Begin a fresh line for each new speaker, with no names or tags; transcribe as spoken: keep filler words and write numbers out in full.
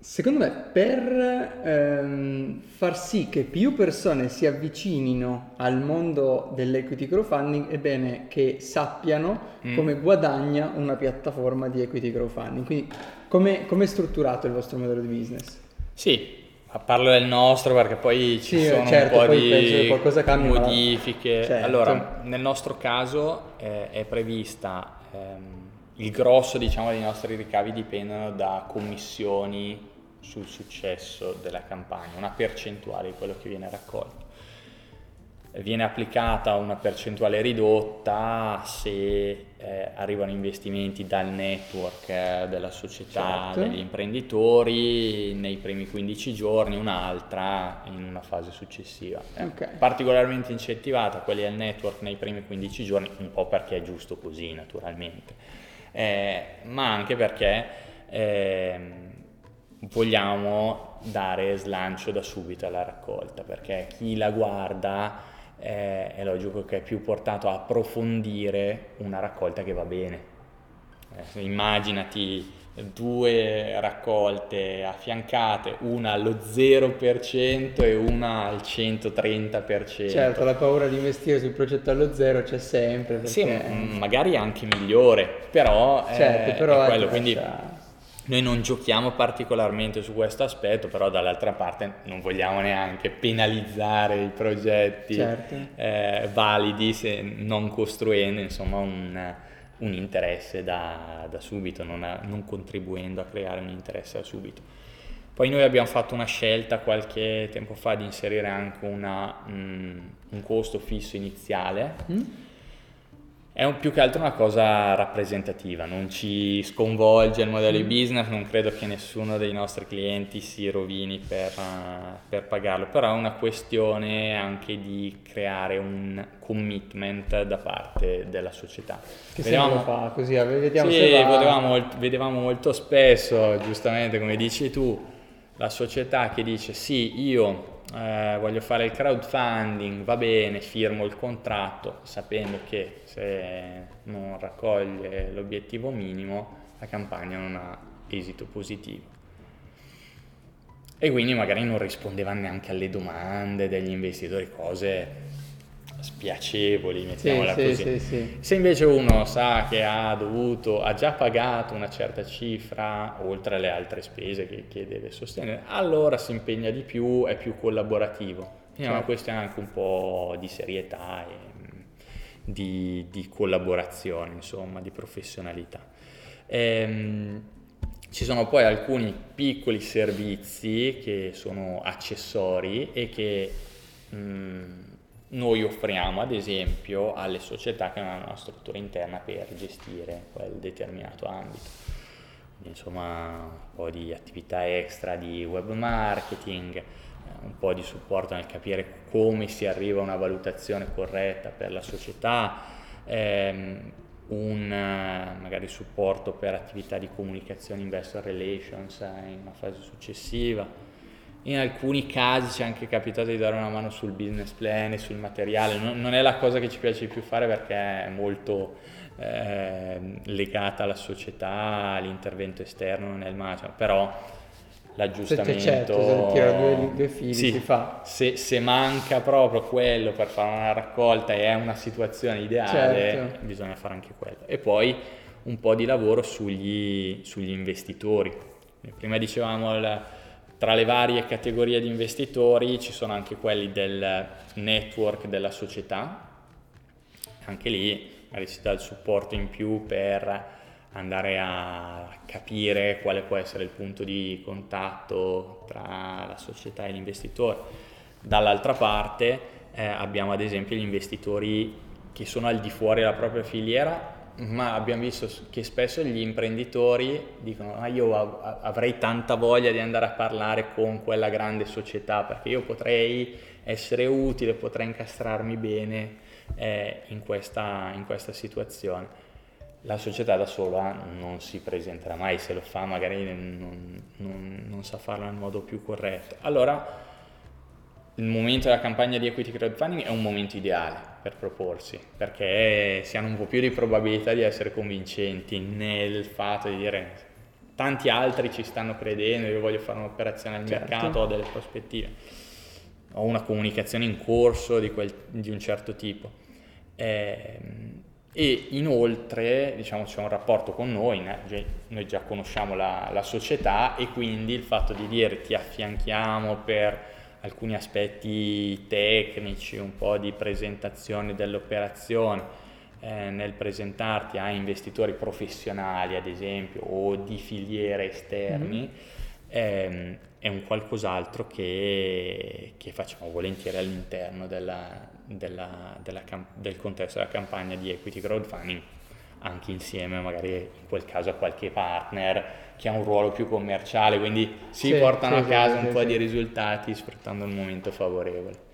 Secondo me, per ehm, far sì che più persone si avvicinino al mondo dell'equity crowdfunding, è bene che sappiano
Mm?
come guadagna una piattaforma di equity crowdfunding. Quindi, come come è strutturato il vostro modello di business?
Sì, ma parlo del nostro perché poi ci
Sì, eh,
sono un
certo,
po'
poi penso che
di
qualcosa cambi, ma la-
modifiche. Allora,
certo.
nel nostro caso eh, è prevista, ehm, il grosso, diciamo, dei nostri ricavi dipendono da commissioni sul successo della campagna, una percentuale di quello che viene raccolto. Viene applicata una percentuale ridotta se eh, arrivano investimenti dal network eh, della società,
Certo.
degli imprenditori nei primi quindici giorni, un'altra in una fase successiva. È
Ok.
particolarmente incentivata quelli del network nei primi quindici giorni, un po' perché è giusto così naturalmente, eh, ma anche perché ehm, vogliamo dare slancio da subito alla raccolta, perché chi la guarda eh, è logico che è più portato a approfondire una raccolta che va bene. Eh, immaginati due raccolte affiancate, una allo zero per cento e una al centotrenta per
Certo,
cento.
la paura di investire sul progetto allo zero c'è sempre
Sì,
perché...
m- magari anche migliore, però
Certo,
eh, è
però eh, ti
quello, quindi
lascia...
noi non giochiamo particolarmente su questo aspetto, però dall'altra parte non vogliamo neanche penalizzare i progetti
Certo.
eh, validi se non costruendo insomma un, un interesse da, da subito, non, a- non contribuendo a creare un interesse da subito. Poi noi abbiamo fatto una scelta qualche tempo fa di inserire anche una, mm, un costo fisso iniziale.
Mm?
È un, più che altro una cosa rappresentativa, non ci sconvolge il modello di
Mm?
business, non credo che nessuno dei nostri clienti si rovini per, eh, per pagarlo, però è una questione anche di creare un commitment da parte della società.
Che sempre lo
Vedevamo,
fa così, a- vediamo se
sì,
va...
vedevamo, molt- vedevamo molto spesso, giustamente come dici tu, la società che dice sì, io eh, voglio fare il crowdfunding, va bene, firmo il contratto, sapendo che se non raccoglie l'obiettivo minimo, la campagna non ha esito positivo. E quindi magari non rispondeva neanche alle domande degli investitori, cose spiacevoli,
Sì,
mettiamola
sì,
così.
sì, sì.
Se invece uno sa che ha dovuto, ha già pagato una certa cifra, oltre alle altre spese che, che deve sostenere, allora si impegna di più, è più collaborativo. Quindi è una
Certo.
questione anche un po' di serietà e mh, di, di collaborazione, insomma, di professionalità. Ehm, ci sono poi alcuni piccoli servizi che sono accessori e che mh, noi offriamo ad esempio alle società che non hanno una struttura interna per gestire quel determinato ambito. Quindi, insomma, un po' di attività extra di web marketing, eh, un po' di supporto nel capire come si arriva a una valutazione corretta per la società, ehm, un eh, magari supporto per attività di comunicazione investor relations eh, in una fase successiva. In alcuni casi ci è anche capitato di dare una mano sul business plan e sul materiale, non, non è la cosa che ci piace di più fare perché è molto eh, legata alla società, all'intervento esterno non è il massimo, però
Se c'è certo, se tira due,
l'aggiustamento,
due fili si
sì,
fa.
se, se manca proprio quello per fare una raccolta e è una situazione ideale,
Certo.
bisogna fare anche quello. E poi un po' di lavoro sugli, sugli investitori. Prima dicevamo il, tra le varie categorie di investitori ci sono anche quelli del network della società, anche lì magari si dà il supporto in più per andare a capire quale può essere il punto di contatto tra la società e l'investitore. Dall'altra parte eh, abbiamo ad esempio gli investitori che sono al di fuori della propria filiera, ma abbiamo visto che spesso gli imprenditori dicono ah, io av- avrei tanta voglia di andare a parlare con quella grande società perché io potrei essere utile, potrei incastrarmi bene eh, in questa, in questa situazione. La società da sola non si presenterà mai, se lo fa magari non, non, non sa farlo nel modo più corretto. Allora il momento della campagna di equity crowdfunding è un momento ideale per proporsi, perché si hanno un po' più di probabilità di essere convincenti nel fatto di dire tanti altri ci stanno credendo, io voglio fare un'operazione al
Certo.
mercato, ho delle prospettive, ho una comunicazione in corso di, quel, di un certo tipo. Ehm, e inoltre, diciamo, c'è un rapporto con noi, né? Noi già conosciamo la, la società, e quindi il fatto di dire ti affianchiamo per alcuni aspetti tecnici, un po' di presentazione dell'operazione, eh, nel presentarti a investitori professionali ad esempio o di filiere esterni, mm-hmm. ehm, è un qualcos'altro che, che facciamo volentieri all'interno della, della, della, del contesto della campagna di equity crowdfunding, anche insieme magari in quel caso a qualche partner che ha un ruolo più commerciale, quindi si
sì,
portano
sì,
a casa
sì,
un
sì,
po'
sì.
di risultati sfruttando il momento favorevole.